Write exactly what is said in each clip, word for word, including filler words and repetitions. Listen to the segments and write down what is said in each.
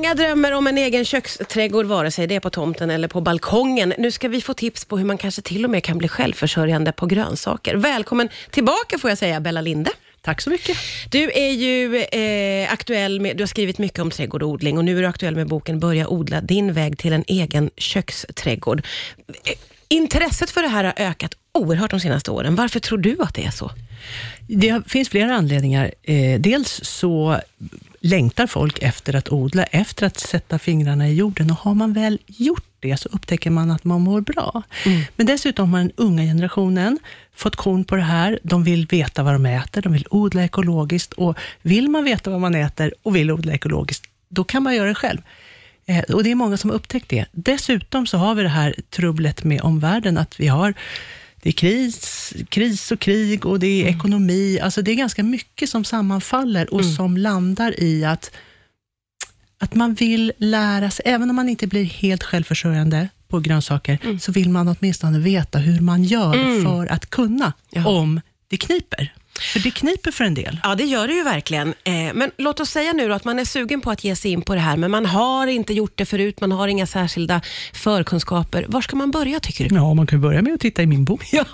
Många drömmer om en egen köksträdgård, vare sig det är på tomten eller på balkongen. Nu ska vi få tips på hur man kanske till och med kan bli självförsörjande på grönsaker. Välkommen tillbaka får jag säga, Bella Linde. Tack så mycket. Du är ju eh, aktuell med, du har skrivit mycket om trädgårdodling och nu är du aktuell med boken Börja odla, din väg till en egen köksträdgård. Intresset för det här har ökat oerhört de senaste åren. Varför tror du att det är så? Det finns flera anledningar. Eh, dels så längtar folk efter att odla, efter att sätta fingrarna i jorden, och har man väl gjort det så upptäcker man att man mår bra. Mm. Men dessutom har den unga generationen fått kon på det här. De vill veta vad de äter, de vill odla ekologiskt, och vill man veta vad man äter och vill odla ekologiskt, då kan man göra det själv. Eh, och det är många som har upptäckt det. Dessutom så har vi det här trubblet med omvärlden, att vi har det är kris, kris och krig och det är mm. ekonomi. Alltså det är ganska mycket som sammanfaller och mm. som landar i att, att man vill lära sig, även om man inte blir helt självförsörjande på grönsaker, mm. så vill man åtminstone veta hur man gör mm. för att kunna, ja. om det kniper. För det kniper för en del. Ja, det gör det ju verkligen. Eh, men låt oss säga nu då att man är sugen på att ge sig in på det här, men man har inte gjort det förut, man har inga särskilda förkunskaper. Var ska man börja, tycker du? Ja, man kan börja med att titta i min bok. Ja.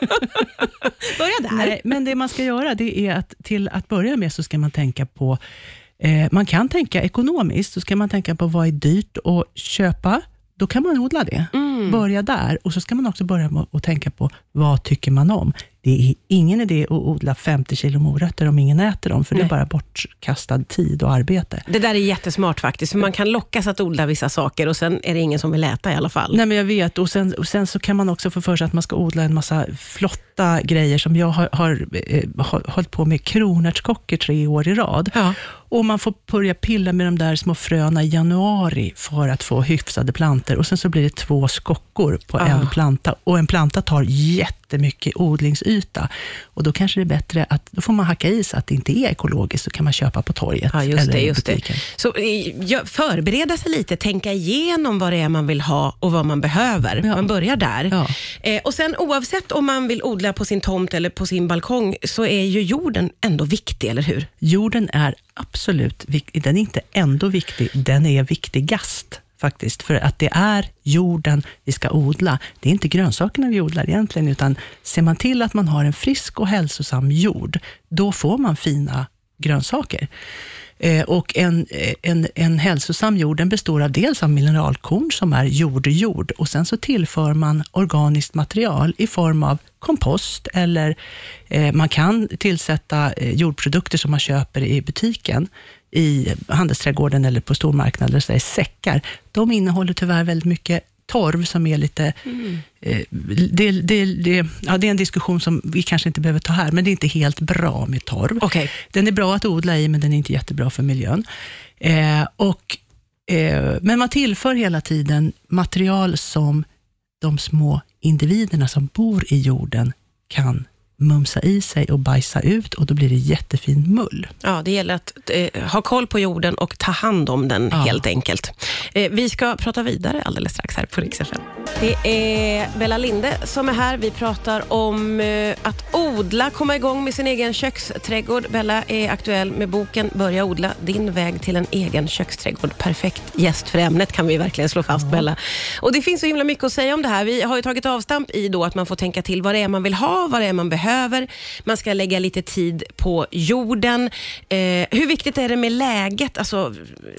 Börja där. Nej, men det man ska göra, det är att till att börja med så ska man tänka på, eh, man kan tänka ekonomiskt, så ska man tänka på vad är dyrt att köpa. Då kan man odla det. Mm. Börja där. Och så ska man också börja med att tänka på vad tycker man om. Det är ingen idé att odla femtio kilo morötter om ingen äter dem. För Nej. det är bara bortkastad tid och arbete. Det där är jättesmart faktiskt. För man kan lockas att odla vissa saker och sen är det ingen som vill äta i alla fall. Nej, men jag vet. Och sen, och sen så kan man också få för sig att man ska odla en massa flotta grejer som jag har, har, har hållit på med kronärtskockor tre år i rad. Ja. Och man får börja pilla med de där små fröna i januari för att få hyfsade planter. Och sen så blir det två skockor på ah. en planta. Och en planta tar jättemycket odlingsyta. Och då kanske det är bättre att, då får man hacka i så att det inte är ekologiskt, så kan man köpa på torget ja, just eller det, i just butiken. Det. Så ja, förbereda sig lite, tänka igenom vad det är man vill ha och vad man behöver. Ja. Man börjar där. Ja. Eh, och sen oavsett om man vill odla på sin tomt eller på sin balkong, så är ju jorden ändå viktig, eller hur? Jorden är absolut viktig. Den är inte ändå viktig, den är viktigast faktiskt. För att det är jorden vi ska odla. Det är inte grönsakerna vi odlar egentligen, utan ser man till att man har en frisk och hälsosam jord, då får man fina grönsaker. Eh, och en, en, en hälsosam jord, den består av dels av mineralkorn som är jordjord, och sen så tillför man organiskt material i form av kompost, eller eh, man kan tillsätta eh, jordprodukter som man köper i butiken, i handelsträdgården eller på stormarknader, så är säckar. De innehåller tyvärr väldigt mycket torv som är lite mm. eh, det, det, det, ja, det är en diskussion som vi kanske inte behöver ta här, men det är inte helt bra med torv. Okay. Den är bra att odla i, men den är inte jättebra för miljön. Eh, och, eh, men man tillför hela tiden material som de små individerna som bor i jorden kan mumsa i sig och bajsa ut, och då blir det jättefin mull. Ja, det gäller att eh, ha koll på jorden och ta hand om den, ja. helt enkelt. Eh, vi ska prata vidare alldeles strax här på Rix F M. Det är Bella Linde som är här. Vi pratar om eh, att odla, komma igång med sin egen köksträdgård. Bella är aktuell med boken Börja odla, din väg till en egen köksträdgård. Perfekt gäst för ämnet, kan vi verkligen slå fast, ja. Bella. Och det finns så himla mycket att säga om det här. Vi har ju tagit avstamp i då att man får tänka till vad det är man vill ha, vad det är man behöver. Man ska lägga lite tid på jorden. Eh, hur viktigt är det med läget? Alltså...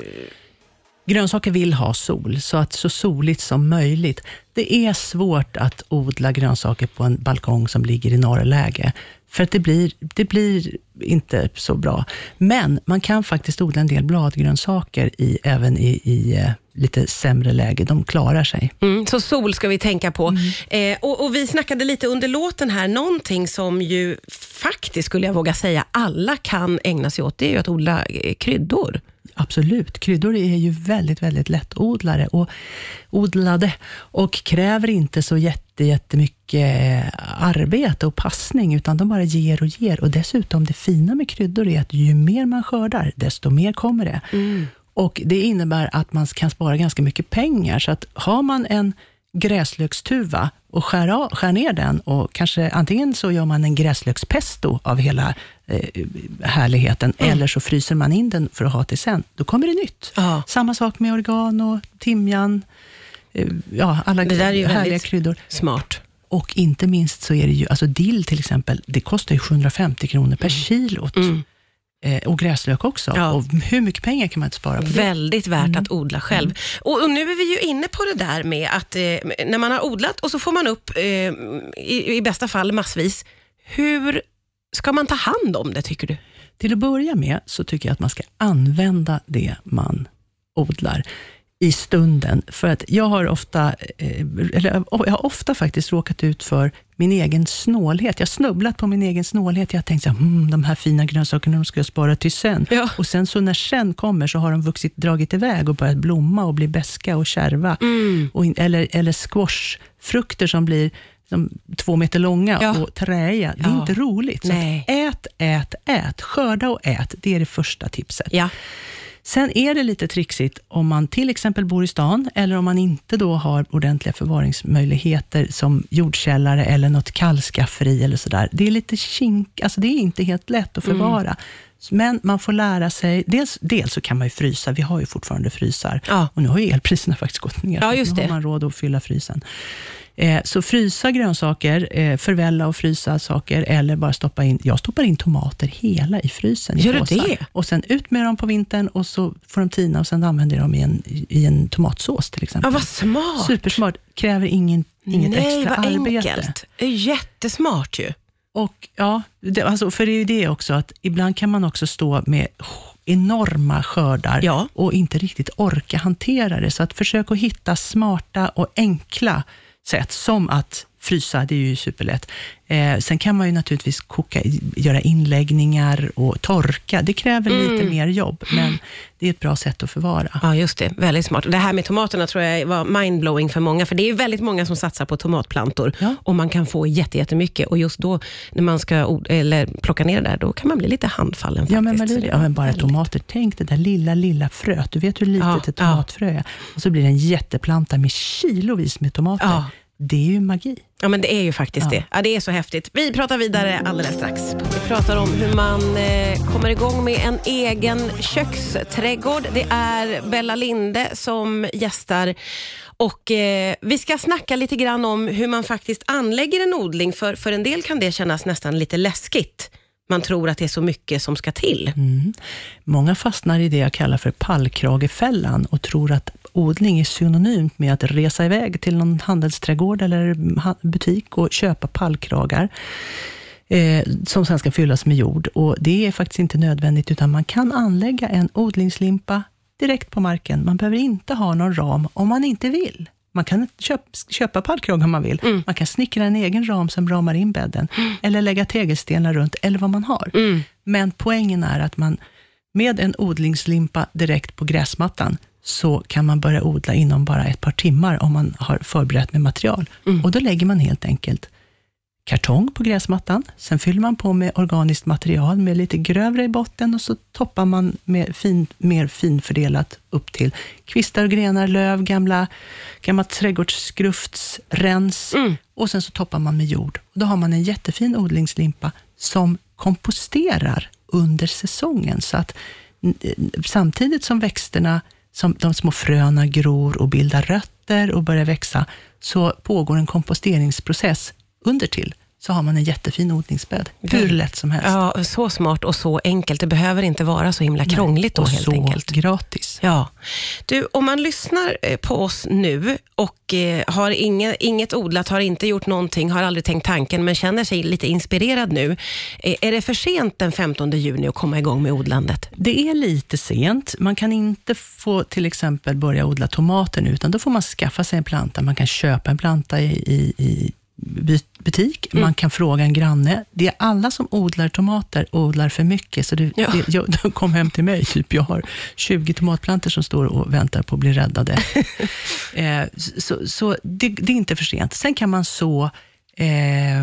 Grönsaker vill ha sol, så att så soligt som möjligt. Det är svårt att odla grönsaker på en balkong som ligger i norrläge, för att det blir, det blir inte så bra. Men man kan faktiskt odla en del bladgrönsaker i, även i, i lite sämre läge. De klarar sig. Mm, så sol ska vi tänka på. Mm. Eh, och, och vi snackade lite under låten här. Någonting som ju faktiskt, skulle jag våga säga, alla kan ägna sig åt, det är ju att odla eh, kryddor. Absolut. Kryddor är ju väldigt, väldigt lättodlade och odlade och kräver inte så jätte, jättemycket arbete och passning, utan de bara ger och ger. Och dessutom, det fina med kryddor är att ju mer man skördar, desto mer kommer det. Mm. Och det innebär att man kan spara ganska mycket pengar. Så att har man en, gräslökstuva och skär, av, skär ner den och kanske antingen så gör man en gräslökspesto av hela eh, härligheten mm. eller så fryser man in den för att ha till sen. Då kommer det nytt. Ja. Samma sak med oregano, timjan, eh, ja, alla det där är ju härliga kryddor. Smart. Och inte minst så är det ju, alltså dill till exempel, det kostar ju sjuhundrafemtio kronor per mm. kilot. Mm. Eh, och gräslök också. Ja. Och hur mycket pengar kan man inte spara på det? Väldigt värt mm. att odla själv. Mm. Och, och nu är vi ju inne på det där med att eh, när man har odlat och så får man upp eh, i, i bästa fall massvis. Hur ska man ta hand om det, tycker du? Till att börja med så tycker jag att man ska använda det man odlar i stunden. För att jag har ofta, eller jag har ofta faktiskt råkat ut för min egen snålhet. Jag har snubblat på min egen snålhet. Jag har tänkt så här, mm, de här fina grönsakerna de ska jag spara till sen. Ja. Och sen så när sen kommer så har de vuxit, dragit iväg och börjat blomma och bli beska och kärva. Mm. Och, eller, eller squashfrukter som blir som två meter långa ja. och träiga. Det är ja. inte roligt. Så ät, ät, ät. Skörda och ät. Det är det första tipset. Ja. Sen är det lite trixigt om man till exempel bor i stan eller om man inte då har ordentliga förvaringsmöjligheter som jordkällare eller något kallskafferi eller sådär. Det är lite kink, alltså det är inte helt lätt att förvara. Mm. Men man får lära sig, dels, dels så kan man ju frysa, vi har ju fortfarande frysar. Ja. Och nu har ju elpriserna faktiskt gått ner. Ja, just nu det. har man råd att fylla frysen. Eh, så frysa grönsaker, eh, förvälla och frysa saker eller bara stoppa in, jag stoppar in tomater hela i frysen. Gör i du det? Och sen ut med dem på vintern och så får de tina och sen använder de i en, i en tomatsås till exempel. Ja, vad smart! Supersmart, kräver ingen, inget Nej, extra vad arbete. Enkelt. Det är jättesmart ju. Och ja, det, alltså, för det är ju det också att ibland kan man också stå med enorma skördar ja. och inte riktigt orka hantera det. Så att försök att hitta smarta och enkla sätt som att frysa, det är ju superlätt. Eh, sen kan man ju naturligtvis koka, göra inläggningar och torka. Det kräver mm. lite mer jobb, men det är ett bra sätt att förvara. Ja, just det. Väldigt smart. Det här med tomaterna tror jag var mindblowing för många, för det är väldigt många som satsar på tomatplantor ja. och man kan få jätte, jättemycket. Och just då, när man ska eller plocka ner det där, då kan man bli lite handfallen faktiskt. Ja, men, men, ja, men bara väldigt. Tomater. Tänk det där lilla, lilla fröet. Du vet hur litet ja, ett tomatfrö är. Ja. Och så blir det en jätteplanta med kilovis med tomater. Ja. Det är ju magi. Ja, men det är ju faktiskt ja. det. Ja, det är så häftigt. Vi pratar vidare alldeles strax. Vi pratar om hur man eh, kommer igång med en egen köksträdgård. Det är Bella Linde som gästar. Och eh, vi ska snacka lite grann om hur man faktiskt anlägger en odling. För, för en del kan det kännas nästan lite läskigt. Man tror att det är så mycket som ska till. Mm. Många fastnar i det jag kallar för pallkragefällan och tror att odling är synonymt med att resa iväg till någon handelsträdgård eller butik och köpa pallkragar eh, som sen ska fyllas med jord. Och det är faktiskt inte nödvändigt, utan man kan anlägga en odlingslimpa direkt på marken. Man behöver inte ha någon ram om man inte vill. Man kan köpa, köpa pallkrag om man vill. Mm. Man kan snickra en egen ram som ramar in bädden. Mm. Eller lägga tegelstenar runt, eller vad man har. Mm. Men poängen är att man med en odlingslimpa direkt på gräsmattan så kan man börja odla inom bara ett par timmar om man har förberett med material. Mm. Och då lägger man helt enkelt kartong på gräsmattan. Sen fyller man på med organiskt material med lite grövre i botten och så toppar man med fin, mer finfördelat upp till kvistar och grenar, löv, gamla, gamla trädgårdsgruftsrens mm. och sen så toppar man med jord. Och då har man en jättefin odlingslimpa som komposterar under säsongen, så att samtidigt som växterna, som de små fröna gror och bildar rötter och börjar växa, så pågår en komposteringsprocess under till. Så har man en jättefin odlingsbädd. Hur lätt som helst. Ja, så smart och så enkelt. Det behöver inte vara så himla krångligt då, och helt så enkelt. Gratis. Ja. Du, om man lyssnar på oss nu och eh, har inget, inget odlat, har inte gjort någonting, har aldrig tänkt tanken, men känner sig lite inspirerad nu. Eh, är det för sent den femtonde juni att komma igång med odlandet? Det är lite sent. Man kan inte få till exempel börja odla tomater nu, utan då får man skaffa sig en planta. Man kan köpa en planta i, i, i butik, mm. man kan fråga en granne. Det är alla som odlar tomater odlar för mycket, så det, ja. det, jag, de kom hem till mig, typ jag har tjugo tomatplanter som står och väntar på att bli räddade. eh, så så det, det är inte för sent. Sen kan man så eh,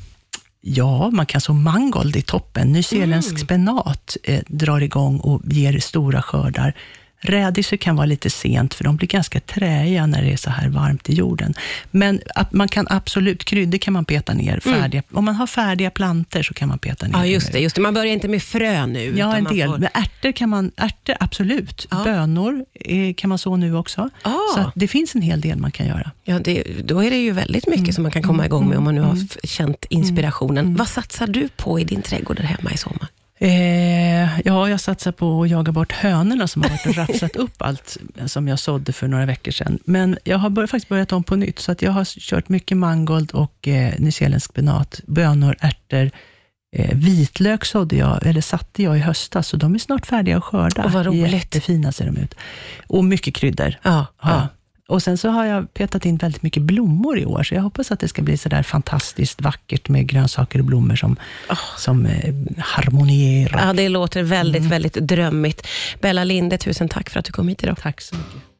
ja, man kan så mangold i toppen. Nyzeeländsk mm. spenat eh, drar igång och ger stora skördar. Rädisor kan vara lite sent, för de blir ganska träiga när det är så här varmt i jorden. Men att man kan absolut, kryddor kan man peta ner. Färdiga, mm. Om man har färdiga planter så kan man peta ner. Ja, just det. Just det. Man börjar inte med frö nu. Ja, en del. Får... Men ärtor kan man, ärtor absolut. Ja. Bönor eh, kan man så nu också. Ah. Så att det finns en hel del man kan göra. Ja, det, då är det ju väldigt mycket mm. som man kan komma igång med om man nu har mm. känt inspirationen. Mm. Vad satsar du på i din trädgård där hemma i sommar? Eh, ja, jag satsar på att jaga bort hönorna som har varit och rafsat upp allt som jag sådde för några veckor sedan. Men jag har bör, faktiskt börjat om på nytt, så att jag har kört mycket mangold och eh, nyzeeländsk spenat, bönor, ärtor, eh, vitlök sådde jag, eller satte jag i höstas, så de är snart färdiga att skörda. Och vad roligt. Jättefina ser de ut. Och mycket kryddor. Ja, ja. ja. Och sen så har jag petat in väldigt mycket blommor i år, så jag hoppas att det ska bli så där fantastiskt vackert med grönsaker och blommor som, oh. som eh, harmonierar. Ja, det låter väldigt, mm. väldigt drömmigt. Bella Linde, tusen tack för att du kom hit idag. Tack så mycket.